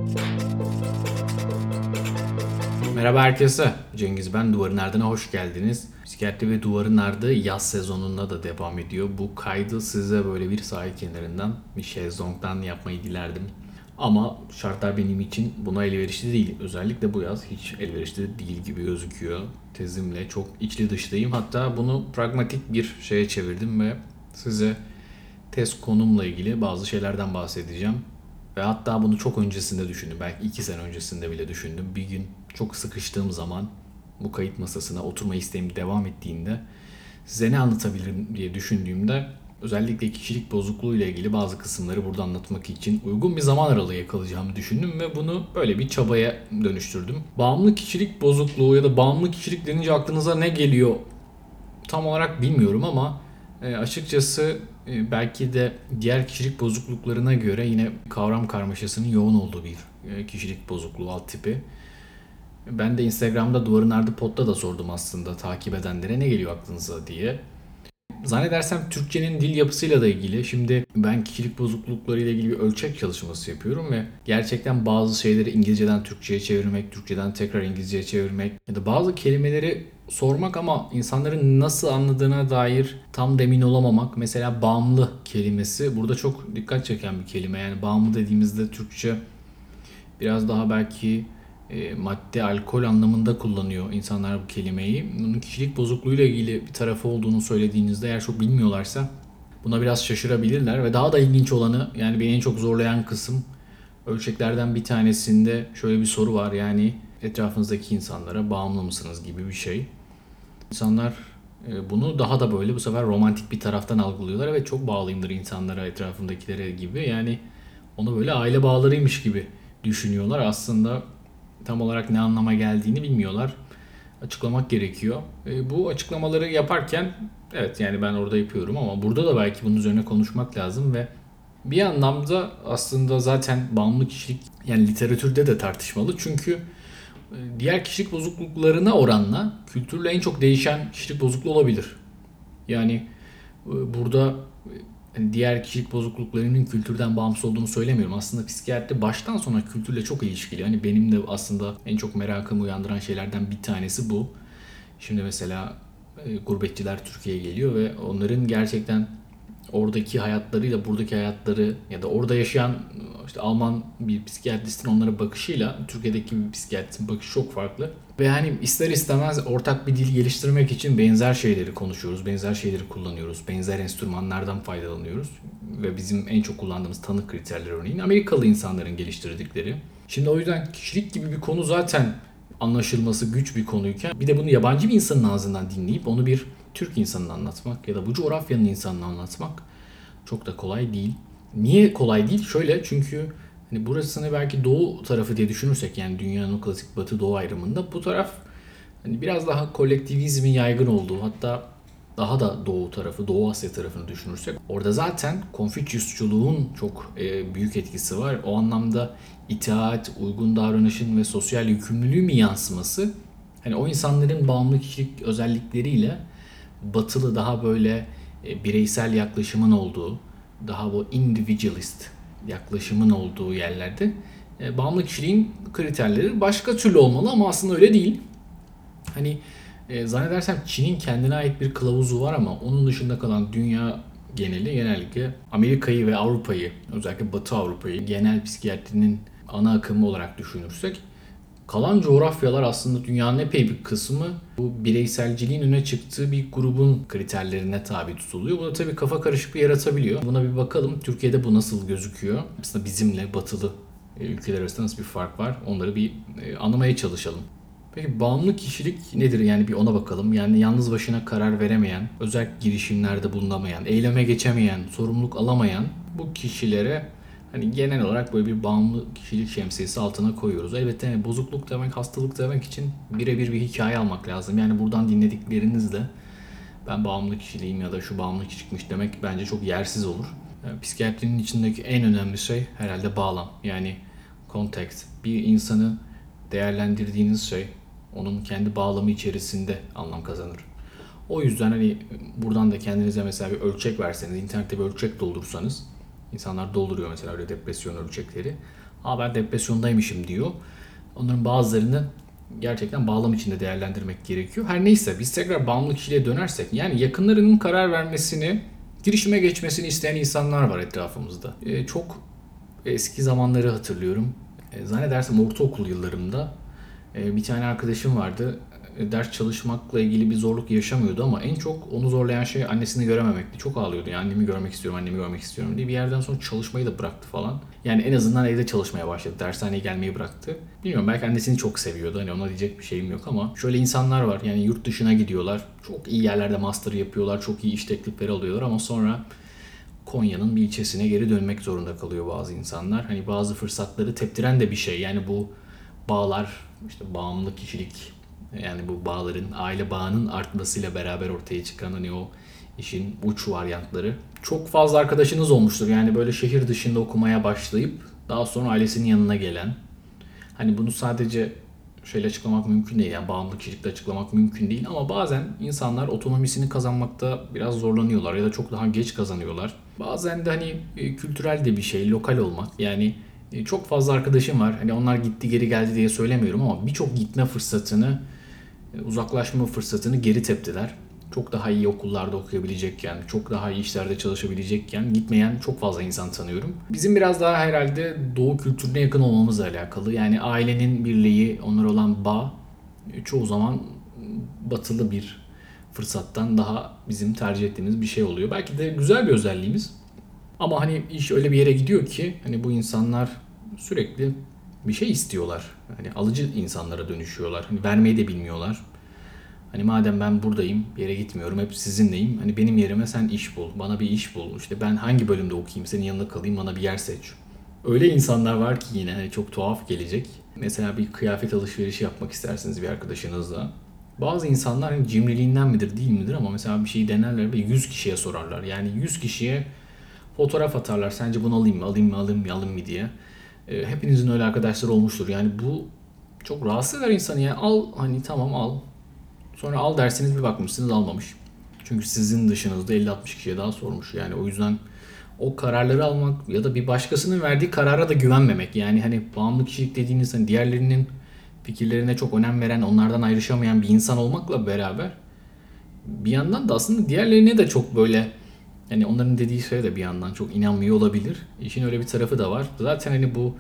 Merhaba herkese. Cengiz ben. Duvarın Ardına hoş geldiniz. Psikiyatri ve Duvarın Ardı yaz sezonunda da devam ediyor. Bu kaydı size böyle bir sahil kenarından, bir şezlongdan yapmayı dilerdim. Ama şartlar benim için buna elverişli değil. Özellikle bu yaz hiç elverişli değil gibi gözüküyor. Tezimle çok içli dışlıyım. Hatta bunu pragmatik bir şeye çevirdim ve size tez konumla ilgili bazı şeylerden bahsedeceğim. Ve hatta bunu çok öncesinde düşündüm. Belki 2 sene öncesinde bile düşündüm. Bir gün çok sıkıştığım zaman bu kayıt masasına oturma isteğim devam ettiğinde size ne anlatabilirim diye düşündüğümde özellikle kişilik bozukluğu ile ilgili bazı kısımları burada anlatmak için uygun bir zaman aralığı yakalayacağımı düşündüm ve bunu böyle bir çabaya dönüştürdüm. Bağımlı kişilik bozukluğu ya da bağımlı kişilik denince aklınıza ne geliyor tam olarak bilmiyorum ama açıkçası belki de diğer kişilik bozukluklarına göre yine kavram karmaşasının yoğun olduğu bir kişilik bozukluğu alt tipi. Ben de Instagram'da Duvarın Ardı Pod'da da sordum aslında takip edenlere ne geliyor aklınıza diye. Zannedersem Türkçenin dil yapısıyla da ilgili. Şimdi ben kişilik bozuklukları ile ilgili bir ölçek çalışması yapıyorum ve gerçekten bazı şeyleri İngilizceden Türkçe'ye çevirmek, Türkçeden tekrar İngilizce'ye çevirmek ya da bazı kelimeleri sormak ama insanların nasıl anladığına dair tam da emin olamamak. Mesela bağımlı kelimesi burada çok dikkat çeken bir kelime. Yani bağımlı dediğimizde Türkçe biraz daha belki madde, alkol anlamında kullanıyor insanlar bu kelimeyi. Bunun kişilik bozukluğuyla ilgili bir tarafı olduğunu söylediğinizde eğer çok bilmiyorlarsa buna biraz şaşırabilirler ve daha da ilginç olanı yani beni en çok zorlayan kısım ölçeklerden bir tanesinde şöyle bir soru var yani etrafınızdaki insanlara bağımlı mısınız gibi bir şey. İnsanlar bunu daha da böyle bu sefer romantik bir taraftan algılıyorlar. Evet çok bağlıyımdır insanlara, etrafımdakilere gibi. Yani onu böyle aile bağlarıymış gibi düşünüyorlar. Aslında tam olarak ne anlama geldiğini bilmiyorlar. Açıklamak gerekiyor. Bu açıklamaları yaparken evet yani ben orada yapıyorum ama burada da belki bunun üzerine konuşmak lazım ve bir anlamda aslında zaten bağımlı kişilik yani literatürde de tartışmalı. Çünkü diğer kişilik bozukluklarına oranla kültürle en çok değişen kişilik bozukluğu olabilir. Yani burada hani diğer kişilik bozukluklarının kültürden bağımsız olduğunu söylemiyorum. Aslında psikiyatri baştan sona kültürle çok ilişkili. Hani benim de aslında en çok merakımı uyandıran şeylerden bir tanesi bu. Şimdi mesela gurbetçiler Türkiye'ye geliyor ve onların gerçekten oradaki hayatlarıyla buradaki hayatları ya da orada yaşayan işte Alman bir psikiyatristin onlara bakışıyla Türkiye'deki bir psikiyatristin bakışı çok farklı. Ve hani ister istemez ortak bir dil geliştirmek için benzer şeyleri konuşuyoruz, benzer şeyleri kullanıyoruz, benzer enstrümanlardan faydalanıyoruz. Ve bizim en çok kullandığımız tanı kriterleri örneğin Amerikalı insanların geliştirdikleri. Şimdi o yüzden kişilik gibi bir konu zaten anlaşılması güç bir konuyken bir de bunu yabancı bir insanın ağzından dinleyip onu bir Türk insanına anlatmak ya da bu coğrafyanın insanına anlatmak çok da kolay değil. Niye kolay değil? Şöyle çünkü hani burasını belki doğu tarafı diye düşünürsek yani dünyanın o klasik batı doğu ayrımında bu taraf hani biraz daha kolektivizmin yaygın olduğu hatta daha da doğu tarafı, Doğu Asya tarafını düşünürsek orada zaten Konfüçyüsçuluğun çok büyük etkisi var. O anlamda itaat, uygun davranışın ve sosyal yükümlülüğün bir yansıması hani o insanların bağımlı kişilik özellikleriyle batılı daha böyle bireysel yaklaşımın olduğu, daha bu individualist yaklaşımın olduğu yerlerde bağımlı kişiliğin kriterleri başka türlü olmalı ama aslında öyle değil. Hani zannedersem Çin'in kendine ait bir kılavuzu var ama onun dışında kalan dünya geneli genellikle Amerika'yı ve Avrupa'yı özellikle Batı Avrupa'yı genel psikiyatrinin ana akımı olarak düşünürsek kalan coğrafyalar aslında dünyanın epey bir kısmı bu bireyselciliğin öne çıktığı bir grubun kriterlerine tabi tutuluyor. Bu da tabii kafa karışıklığı yaratabiliyor. Buna bir bakalım. Türkiye'de bu nasıl gözüküyor? Aslında bizimle batılı ülkeler arasında nasıl bir fark var? Onları bir anlamaya çalışalım. Peki bağımlı kişilik nedir? Yani bir ona bakalım. Yani yalnız başına karar veremeyen, özel girişimlerde bulunamayan, eyleme geçemeyen, sorumluluk alamayan bu kişilere hani genel olarak böyle bir bağımlı kişilik şemsiyesi altına koyuyoruz. Elbette yani bozukluk demek, hastalık demek için birebir bir hikaye almak lazım. Yani buradan dinlediklerinizle ben bağımlı kişiliğim ya da şu bağımlı kişilikmiş demek bence çok yersiz olur. Yani psikiyatrinin içindeki en önemli şey herhalde bağlam. Yani context. Bir insanı değerlendirdiğiniz şey onun kendi bağlamı içerisinde anlam kazanır. O yüzden hani buradan da kendinize mesela bir ölçek verseniz, internette bir ölçek doldursanız, insanlar dolduruyor mesela öyle depresyon ölçekleri. Ben depresyondaymışım diyor. Onların bazılarını gerçekten bağlam içinde değerlendirmek gerekiyor. Her neyse biz tekrar bağımlı kişiliğe dönersek, yani yakınlarının karar vermesini, girişime geçmesini isteyen insanlar var etrafımızda. Çok eski zamanları hatırlıyorum. Zannedersem ortaokul yıllarımda bir tane arkadaşım vardı. Ders çalışmakla ilgili bir zorluk yaşamıyordu ama en çok onu zorlayan şey annesini görememekti. Çok ağlıyordu. Yani annemi görmek istiyorum, annemi görmek istiyorum diye. Bir yerden sonra çalışmayı da bıraktı falan. Yani en azından evde çalışmaya başladı. Dershaneye gelmeyi bıraktı. Bilmiyorum, belki annesini çok seviyordu. Hani ona diyecek bir şeyim yok ama şöyle insanlar var. Yani yurt dışına gidiyorlar. Çok iyi yerlerde master yapıyorlar. Çok iyi iş teklifleri alıyorlar ama sonra Konya'nın bir ilçesine geri dönmek zorunda kalıyor bazı insanlar. Hani bazı fırsatları teptiren de bir şey. Yani bu bağlar, işte bağımlı kişilik, yani bu bağların, aile bağının artmasıyla beraber ortaya çıkan hani o işin uç varyantları. Çok fazla arkadaşınız olmuştur. Yani böyle şehir dışında okumaya başlayıp daha sonra ailesinin yanına gelen. Hani bunu sadece şöyle açıklamak mümkün değil. Yani bağımlı kişilikle açıklamak mümkün değil. Ama bazen insanlar otonomisini kazanmakta biraz zorlanıyorlar ya da çok daha geç kazanıyorlar. Bazen de hani kültürel de bir şey, lokal olmak. Yani çok fazla arkadaşım var. Hani onlar gitti geri geldi diye söylemiyorum ama birçok gitme fırsatını, uzaklaşma fırsatını geri teptiler. Çok daha iyi okullarda okuyabilecekken, çok daha iyi işlerde çalışabilecekken gitmeyen çok fazla insan tanıyorum. Bizim biraz daha herhalde doğu kültürüne yakın olmamızla alakalı. Yani ailenin birliği, onlara olan bağ çoğu zaman batılı bir fırsattan daha bizim tercih ettiğimiz bir şey oluyor. Belki de güzel bir özelliğimiz. Ama hani iş öyle bir yere gidiyor ki hani bu insanlar sürekli bir şey istiyorlar. Hani alıcı insanlara dönüşüyorlar. Hani vermeyi de bilmiyorlar. Hani madem ben buradayım, bir yere gitmiyorum, hep sizinleyim. Hani benim yerime sen iş bul, bana bir iş bul. İşte ben hangi bölümde okuyayım, senin yanında kalayım, bana bir yer seç. Öyle insanlar var ki yine hani çok tuhaf gelecek. Mesela bir kıyafet alışverişi yapmak istersiniz bir arkadaşınızla. Bazı insanlar hani cimriliğinden midir değil midir ama mesela bir şeyi denerler ve 100 kişiye sorarlar. Yani 100 kişiye fotoğraf atarlar. Sence bunu alayım mı, alayım mı, alayım mı, alayım mı diye. Hepinizin öyle arkadaşları olmuştur. Yani bu çok rahatsız eder insanı. Yani al, hani tamam al. Sonra al dersiniz, bir bakmışsınız almamış. Çünkü sizin dışınızda 50-60 kişiye daha sormuş. Yani o yüzden o kararları almak ya da bir başkasının verdiği karara da güvenmemek. Yani hani bağımlı kişilik dediğiniz hani diğerlerinin fikirlerine çok önem veren, onlardan ayrışamayan bir insan olmakla beraber bir yandan da aslında diğerlerine de çok böyle, hani onların dediği şeye de bir yandan çok inanmıyor olabilir. İşin öyle bir tarafı da var. Zaten hani bu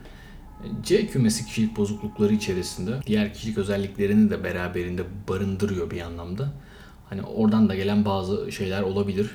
C kümesi kişilik bozuklukları içerisinde diğer kişilik özelliklerini de beraberinde barındırıyor bir anlamda. Hani oradan da gelen bazı şeyler olabilir.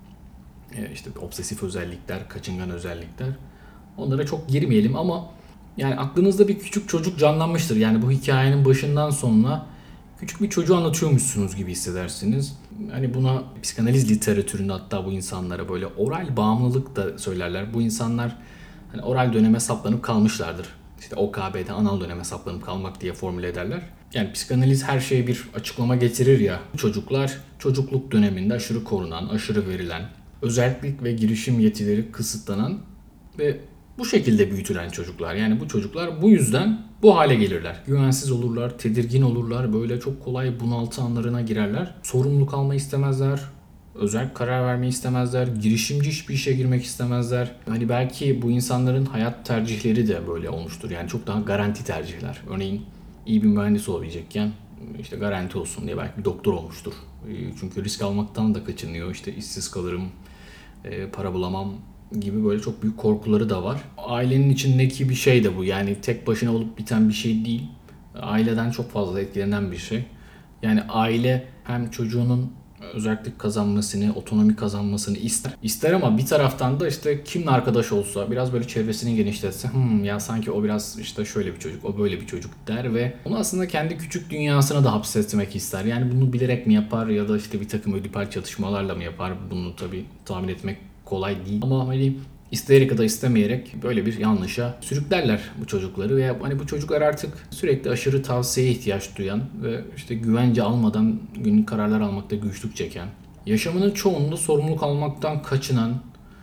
İşte obsesif özellikler, kaçıngan özellikler. Onlara çok girmeyelim ama yani aklınızda bir küçük çocuk canlanmıştır. Yani bu hikayenin başından sonuna küçük bir çocuğu anlatıyormuşsunuz gibi hissedersiniz. Hani buna psikanaliz literatüründe hatta bu insanlara böyle oral bağımlılık da söylerler. Bu insanlar hani oral döneme saplanıp kalmışlardır. İşte OKB'de anal döneme saplanıp kalmak diye formüle ederler. Yani psikanaliz her şeye bir açıklama getirir ya. Bu çocuklar çocukluk döneminde aşırı korunan, aşırı verilen, özellik ve girişim yetileri kısıtlanan ve bu şekilde büyütülen çocuklar. Yani bu çocuklar bu yüzden bu hale gelirler. Güvensiz olurlar, tedirgin olurlar, böyle çok kolay bunaltı anlarına girerler. Sorumluluk almayı istemezler, özel karar vermeyi istemezler, girişimci hiçbir işe girmek istemezler. Hani belki bu insanların hayat tercihleri de böyle olmuştur. Yani çok daha garanti tercihler. Örneğin iyi bir mühendis olabilecekken işte garanti olsun diye belki bir doktor olmuştur. Çünkü risk almaktan da kaçınıyor. İşte işsiz kalırım, para bulamam gibi böyle çok büyük korkuları da var. Ailenin içindeki bir şey de bu. Yani tek başına olup biten bir şey değil. Aileden çok fazla etkilenen bir şey. Yani aile hem çocuğunun özellik kazanmasını, otonomi kazanmasını ister. İster ama bir taraftan da işte kimle arkadaş olsa, biraz böyle çevresini genişletse, ya sanki o biraz işte şöyle bir çocuk, o böyle bir çocuk der ve onu aslında kendi küçük dünyasına da hapsetmek ister. Yani bunu bilerek mi yapar ya da işte bir takım ödipal çatışmalarla mı yapar? Bunu tabii tahmin etmek kolay değil. Ama hani isteyerek ya da istemeyerek böyle bir yanlışa sürüklerler bu çocukları ve hani bu çocuklar artık sürekli aşırı tavsiyeye ihtiyaç duyan ve işte güvence almadan günlük kararlar almakta güçlük çeken, yaşamının çoğunda sorumluluk almaktan kaçınan,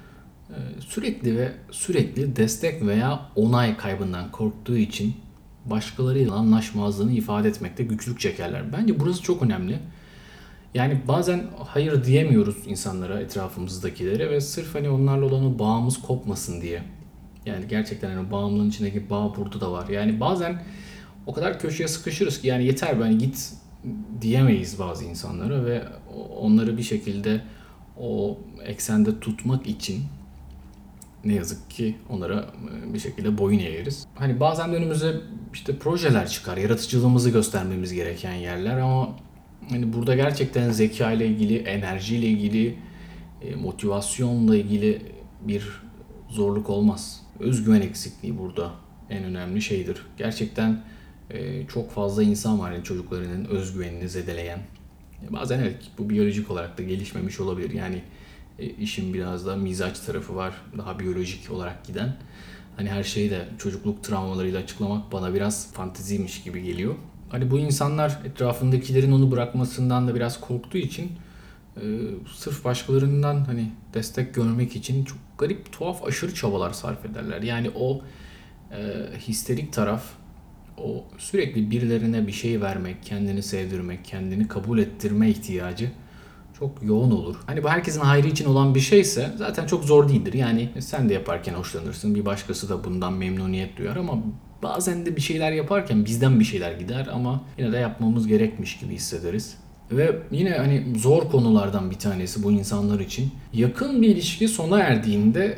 sürekli ve sürekli destek veya onay kaybından korktuğu için başkalarıyla anlaşmazlığını ifade etmekte güçlük çekerler. Bence burası çok önemli. Yani bazen hayır diyemiyoruz insanlara, etrafımızdakilere ve sırf hani onlarla olan o bağımız kopmasın diye Yani gerçekten hani bağımlılığın içindeki bağ burada da var. Yani bazen o kadar köşeye sıkışırız ki yani yeter ben git diyemeyiz bazı insanlara ve onları bir şekilde o eksende tutmak için ne yazık ki onlara bir şekilde boyun eğeriz. Hani bazen de önümüze işte projeler çıkar, yaratıcılığımızı göstermemiz gereken yerler ama hani burada gerçekten zeka ile ilgili, enerji ile ilgili, motivasyonla ilgili bir zorluk olmaz. Özgüven eksikliği burada en önemli şeydir. Gerçekten çok fazla insan var yani çocuklarının özgüvenini zedeleyen. Bazen evet bu biyolojik olarak da gelişmemiş olabilir. Yani işin biraz da mizaç tarafı var. Daha biyolojik olarak giden. Hani her şeyi de çocukluk travmalarıyla açıklamak bana biraz fanteziymiş gibi geliyor. Hani bu insanlar etrafındakilerin onu bırakmasından da biraz korktuğu için sırf başkalarından hani destek görmek için çok garip, tuhaf, aşırı çabalar sarf ederler. Yani o histerik taraf, o sürekli birilerine bir şey vermek, kendini sevdirmek, kendini kabul ettirme ihtiyacı çok yoğun olur. Hani bu herkesin hayrı için olan bir şeyse zaten çok zor değildir. Yani sen de yaparken hoşlanırsın, bir başkası da bundan memnuniyet duyar ama bazen de bir şeyler yaparken bizden bir şeyler gider ama yine de yapmamız gerekmiş gibi hissederiz. Ve yine hani zor konulardan bir tanesi bu insanlar için. Yakın bir ilişki sona erdiğinde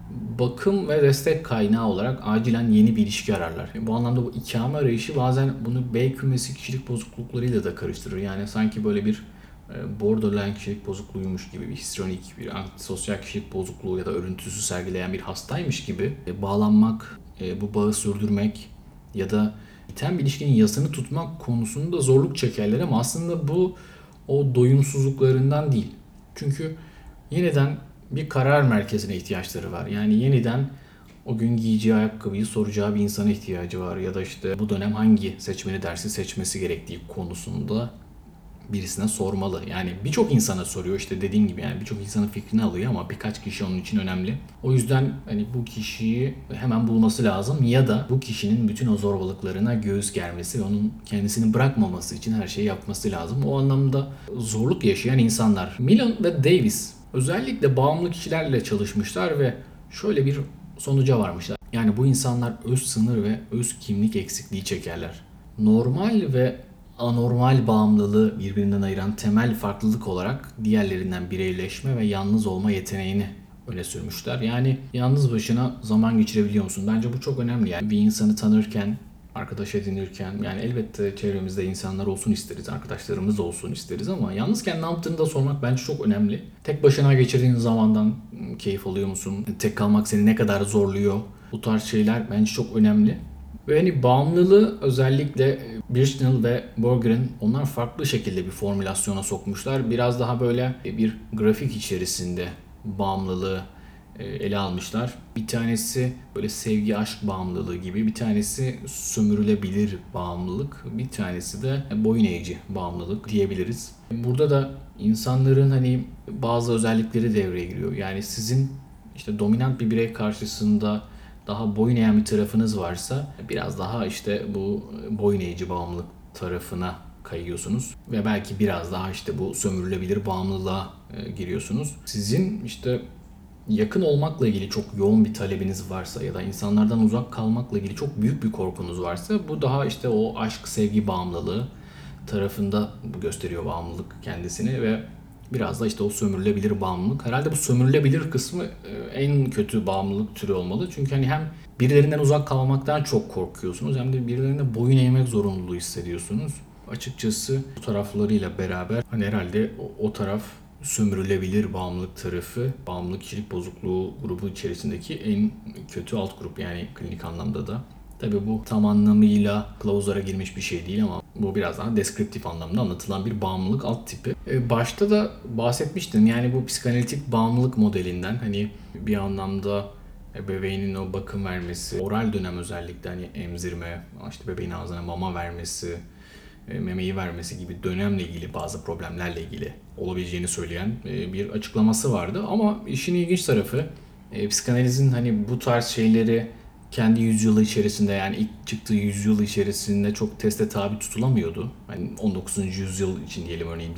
bakım ve destek kaynağı olarak acilen yeni bir ilişki ararlar. Bu anlamda bu ikame arayışı bazen bunu B kümesi kişilik bozukluklarıyla da karıştırır. Yani sanki böyle bir borderline kişilik bozukluğuymuş gibi, bir histrionik, bir antisosyal kişilik bozukluğu ya da örüntüsü sergileyen bir hastaymış gibi bağlanmak, bu bağı sürdürmek ya da biten bir ilişkinin yasını tutmak konusunda zorluk çekerler ama aslında bu o doyumsuzluklarından değil. Çünkü yeniden bir karar merkezine ihtiyaçları var. Yani yeniden o gün giyeceği ayakkabıyı soracağı bir insana ihtiyacı var. Ya da işte bu dönem hangi seçmeni dersi seçmesi gerektiği konusunda birisine sormalı. Yani birçok insana soruyor işte dediğim gibi yani birçok insanın fikrini alıyor ama birkaç kişi onun için önemli. O yüzden hani bu kişiyi hemen bulması lazım ya da bu kişinin bütün o zorbalıklarına göğüs germesi ve onun kendisini bırakmaması için her şeyi yapması lazım. O anlamda zorluk yaşayan insanlar. Millen ve Davis özellikle bağımlı kişilerle çalışmışlar ve şöyle bir sonuca varmışlar. Yani bu insanlar öz sınır ve öz kimlik eksikliği çekerler. Normal ve anormal bağımlılığı birbirinden ayıran temel farklılık olarak diğerlerinden bireyleşme ve yalnız olma yeteneğini öne sürmüşler. Yani yalnız başına zaman geçirebiliyor musun? Bence bu çok önemli. Yani bir insanı tanırken, arkadaş edinirken yani elbette çevremizde insanlar olsun isteriz, arkadaşlarımız olsun isteriz ama yalnızken ne yaptığını da sormak bence çok önemli. Tek başına geçirdiğin zamandan keyif alıyor musun? Tek kalmak seni ne kadar zorluyor? Bu tarz şeyler bence çok önemli. Ve hani bağımlılığı özellikle Birchnell ve Borger'in onlar farklı şekilde bir formülasyona sokmuşlar. Biraz daha böyle bir grafik içerisinde bağımlılığı ele almışlar. Bir tanesi böyle sevgi aşk bağımlılığı gibi, bir tanesi sömürülebilir bağımlılık, bir tanesi de boyun eğici bağımlılık diyebiliriz. Burada da insanların hani bazı özellikleri devreye giriyor. Yani sizin işte dominant bir birey karşısında daha boyun eğen bir tarafınız varsa biraz daha işte bu boyun eğici bağımlılık tarafına kayıyorsunuz ve belki biraz daha işte bu sömürülebilir bağımlılığa giriyorsunuz. Sizin işte yakın olmakla ilgili çok yoğun bir talebiniz varsa ya da insanlardan uzak kalmakla ilgili çok büyük bir korkunuz varsa bu daha işte o aşk sevgi bağımlılığı tarafında gösteriyor bağımlılık kendisini ve biraz da işte o sömürülebilir bağımlılık. Herhalde bu sömürülebilir kısmı en kötü bağımlılık türü olmalı. Çünkü hani hem birilerinden uzak kalmaktan çok korkuyorsunuz hem de birilerine boyun eğmek zorunluluğu hissediyorsunuz. Açıkçası bu taraflarıyla beraber hani herhalde o taraf sömürülebilir bağımlılık tarafı, bağımlılık kişilik bozukluğu grubu içerisindeki en kötü alt grup yani klinik anlamda da. Tabii bu tam anlamıyla kılavuzlara girmiş bir şey değil ama bu biraz daha deskriptif anlamda anlatılan bir bağımlılık alt tipi. Başta da bahsetmiştim yani bu psikanalitik bağımlılık modelinden hani bir anlamda ebeveynin o bakım vermesi, oral dönem özellikle hani emzirme, işte bebeğin ağzına mama vermesi, memeyi vermesi gibi dönemle ilgili bazı problemlerle ilgili olabileceğini söyleyen bir açıklaması vardı. Ama işin ilginç tarafı psikanalizin hani bu tarz şeyleri kendi yüzyılı içerisinde yani ilk çıktığı yüzyıl içerisinde çok teste tabi tutulamıyordu. Hani 19. yüzyıl için diyelim örneğin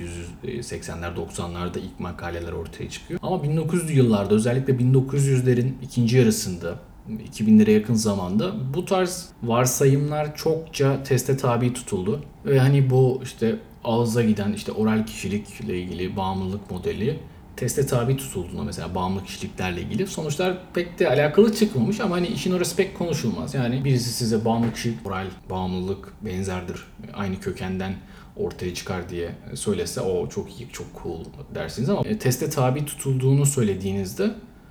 1880'ler 90'larda ilk makaleler ortaya çıkıyor. Ama 1900'lü yıllarda özellikle 1900'lerin ikinci yarısında 2000'lere yakın zamanda bu tarz varsayımlar çokça teste tabi tutuldu. Ve hani bu işte ağza giden işte oral kişilikle ilgili bağımlılık modeli teste tabi tutulduğunda mesela bağımlı kişiliklerle ilgili sonuçlar pek de alakalı çıkmamış ama hani işin orası pek konuşulmaz. Yani birisi size bağımlı kişilik, oral bağımlılık benzerdir, aynı kökenden ortaya çıkar diye söylese o çok iyi, çok cool dersiniz ama teste tabi tutulduğunu söylediğinizde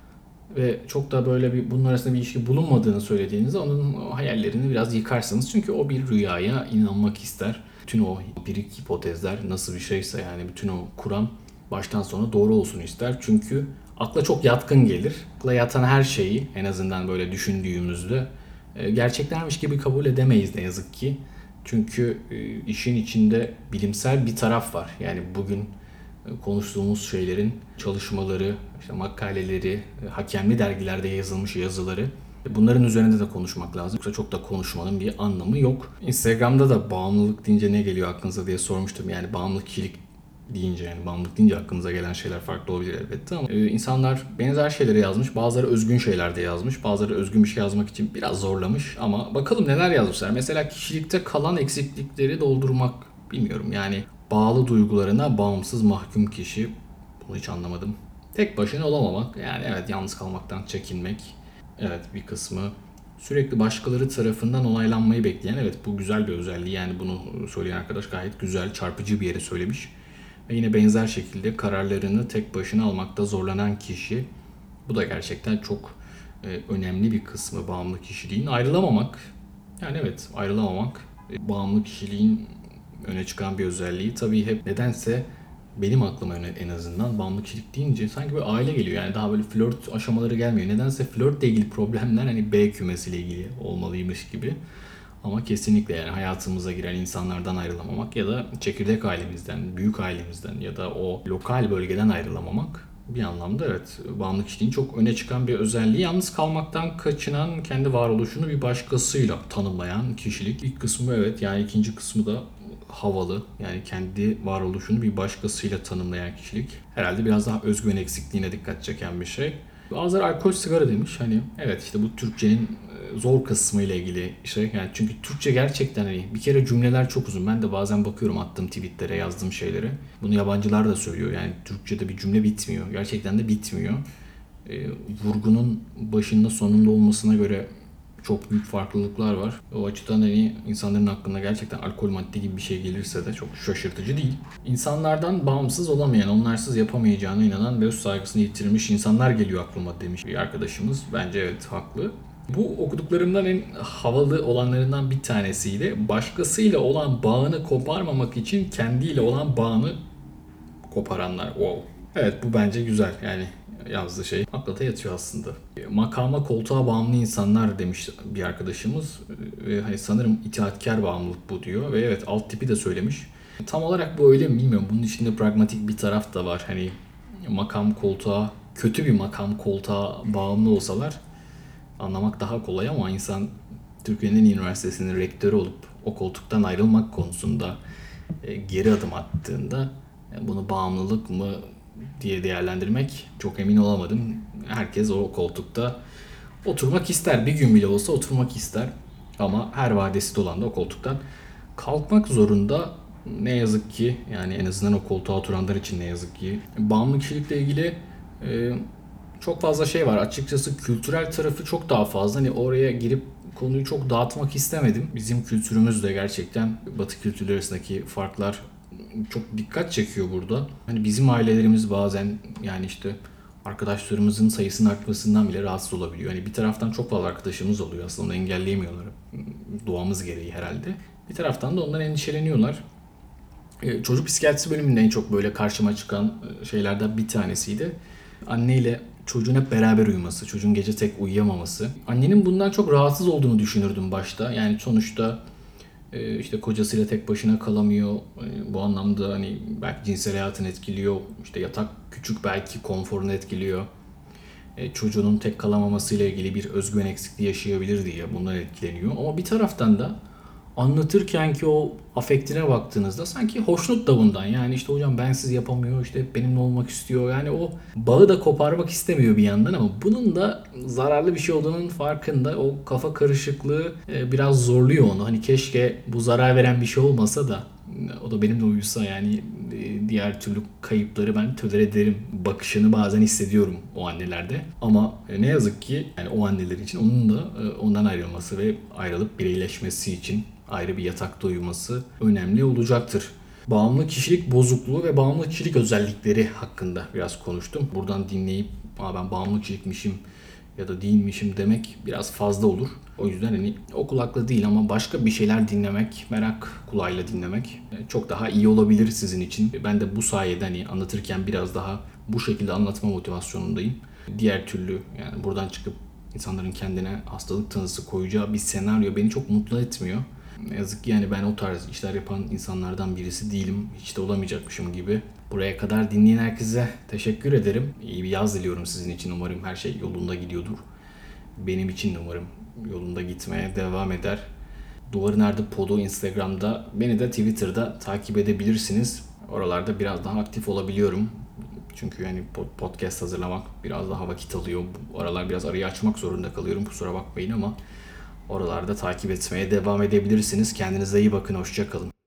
ve çok da böyle bunun arasında bir ilişki bulunmadığını söylediğinizde onun hayallerini biraz yıkarsınız. Çünkü o bir rüyaya inanmak ister. Bütün o empirik hipotezler nasıl bir şeyse yani bütün o kuram baştan sona doğru olsun ister. Çünkü akla çok yatkın gelir. Akla yatan her şeyi en azından böyle düşündüğümüzde gerçeklermiş gibi kabul edemeyiz ne yazık ki. Çünkü işin içinde bilimsel bir taraf var. Yani bugün konuştuğumuz şeylerin çalışmaları, işte makaleleri, hakemli dergilerde yazılmış yazıları bunların üzerinde de konuşmak lazım. Yoksa çok da konuşmanın bir anlamı yok. Instagram'da da bağımlılık deyince ne geliyor aklınıza diye sormuştum. Yani bağımlılık kişilik deyince yani bağımlılık deyince aklınıza gelen şeyler farklı olabilir elbette ama insanlar benzer şeyleri yazmış. Bazıları özgün şeyler de yazmış. Bazıları özgün bir şey yazmak için biraz zorlamış ama bakalım neler yazmışlar. Mesela kişilikte kalan eksiklikleri doldurmak bilmiyorum yani bağlı duygularına bağımsız mahkum kişi. Bunu hiç anlamadım. Tek başına olamamak yani evet yalnız kalmaktan çekinmek. Evet bir kısmı sürekli başkaları tarafından onaylanmayı bekleyen evet bu güzel bir özelliği yani bunu söyleyen arkadaş gayet güzel çarpıcı bir yere söylemiş. Ve yine benzer şekilde kararlarını tek başına almakta zorlanan kişi. Bu da gerçekten çok önemli bir kısmı bağımlı kişiliğin. Ayrılamamak. Yani evet ayrılamamak. Bağımlı kişiliğin öne çıkan bir özelliği. Tabii hep nedense benim aklıma en azından bağımlı kişilik deyince sanki böyle aile geliyor. Yani daha böyle flört aşamaları gelmiyor. Nedense flörtle ilgili problemler hani B kümesiyle ilgili olmalıymış gibi. Ama kesinlikle yani hayatımıza giren insanlardan ayrılamamak ya da çekirdek ailemizden, büyük ailemizden ya da o lokal bölgeden ayrılamamak bir anlamda evet bağımlı kişiliğin çok öne çıkan bir özelliği. Yalnız kalmaktan kaçınan, kendi varoluşunu bir başkasıyla tanımlayan kişilik. İlk kısmı evet yani ikinci kısmı da havalı. Yani kendi varoluşunu bir başkasıyla tanımlayan kişilik. Herhalde biraz daha özgüven eksikliğine dikkat çeken bir şey. Bazıları alkol sigara demiş. Hani evet işte bu Türkçenin zor kısmı ile ilgili şey. Yani çünkü Türkçe gerçekten hani bir kere cümleler çok uzun. Ben de bazen bakıyorum attığım tweetlere, yazdığım şeylere. Bunu yabancılar da söylüyor. Yani Türkçe'de bir cümle bitmiyor. Gerçekten de bitmiyor. Vurgunun başında sonunda olmasına göre çok büyük farklılıklar var. O açıdan hani insanların aklına gerçekten alkol madde gibi bir şey gelirse de çok şaşırtıcı değil. İnsanlardan bağımsız olamayan, onlarsız yapamayacağına inanan ve öz saygısını yitirmiş insanlar geliyor aklıma demiş bir arkadaşımız. Bence evet haklı. Bu okuduklarımdan en havalı olanlarından bir tanesiydi. Başkasıyla olan bağını koparmamak için kendiyle olan bağını koparanlar. Wow. Evet bu bence güzel. Yani yazdığı şey akla da yatıyor aslında. Makama koltuğa bağımlı insanlar demiş bir arkadaşımız. Hani sanırım itaatkar bağımlılık bu diyor ve evet alt tipi de söylemiş. Tam olarak bu öyle mi bilmiyorum. Bunun içinde pragmatik bir taraf da var. Hani makam koltuğa kötü bir makam koltuğa bağımlı olsalar anlamak daha kolay ama insan Türkiye'nin en iyi üniversitesinin rektörü olup o koltuktan ayrılmak konusunda geri adım attığında bunu bağımlılık mı diye değerlendirmek çok emin olamadım. Herkes o koltukta oturmak ister. Bir gün bile olsa oturmak ister. Ama her vadesi dolan da o koltuktan kalkmak zorunda. Ne yazık ki yani en azından o koltuğa oturanlar için ne yazık ki. Bağımlı kişilikle ilgili çok fazla şey var. Açıkçası kültürel tarafı çok daha fazla. Hani oraya girip konuyu çok dağıtmak istemedim. Bizim kültürümüz de gerçekten Batı kültürleri arasındaki farklar çok dikkat çekiyor burada. Hani bizim ailelerimiz bazen yani işte arkadaşlarımızın sayısının artmasından bile rahatsız olabiliyor. Hani bir taraftan çok fazla arkadaşımız oluyor aslında onu engelleyemiyorlar. Doğamız gereği herhalde. Bir taraftan da ondan endişeleniyorlar. Çocuk psikiyatrisi bölümünde en çok böyle karşıma çıkan şeylerden bir tanesiydi. Anneyle çocuğun hep beraber uyuması, çocuğun gece tek uyuyamaması. Annenin bundan çok rahatsız olduğunu düşünürdüm başta. Yani sonuçta işte kocasıyla tek başına kalamıyor. Bu anlamda hani belki cinsel hayatını etkiliyor. İşte yatak küçük belki konforunu etkiliyor. Çocuğunun tek kalamamasıyla ilgili bir özgüven eksikliği yaşayabilir diye bundan etkileniyor. Ama bir taraftan da anlatırken ki o afektine baktığınızda sanki hoşnut da bundan. Yani işte hocam bensiz yapamıyor, işte benimle olmak istiyor. Yani o bağı da koparmak istemiyor bir yandan ama bunun da zararlı bir şey olduğunun farkında. O kafa karışıklığı biraz zorluyor onu. Hani keşke bu zarar veren bir şey olmasa da o da benimle uyusa, yani diğer türlü kayıpları ben tolere ederim bakışını bazen hissediyorum o annelerde. Ama ne yazık ki yani o anneler için onun da ondan ayrılması ve ayrılıp bireyleşmesi için ayrı bir yatakta uyuması önemli olacaktır. Bağımlı kişilik bozukluğu ve bağımlı kişilik özellikleri hakkında biraz konuştum. Buradan dinleyip ben bağımlı kişilikmişim ya da değilmişim demek biraz fazla olur. O yüzden hani o kulakla değil ama başka bir şeyler dinlemek, merak kulağıyla dinlemek çok daha iyi olabilir sizin için. Ben de bu sayede hani anlatırken biraz daha bu şekilde anlatma motivasyonundayım. Diğer türlü yani buradan çıkıp insanların kendine hastalık tanısı koyacağı bir senaryo beni çok mutlu etmiyor. Ne yazık ki yani ben o tarz işler yapan insanlardan birisi değilim. Hiç de olamayacakmışım gibi. Buraya kadar dinleyen herkese teşekkür ederim. İyi bir yaz diliyorum sizin için. Umarım her şey yolunda gidiyordur. Benim için de umarım yolunda gitmeye devam eder. Duvarın Ardı Pod'u Instagram'da, beni de Twitter'da takip edebilirsiniz. Oralarda biraz daha aktif olabiliyorum. Çünkü yani podcast hazırlamak biraz daha vakit alıyor. Bu aralar biraz arayı açmak zorunda kalıyorum. Kusura bakmayın ama oralarda takip etmeye devam edebilirsiniz. Kendinize iyi bakın. Hoşça kalın.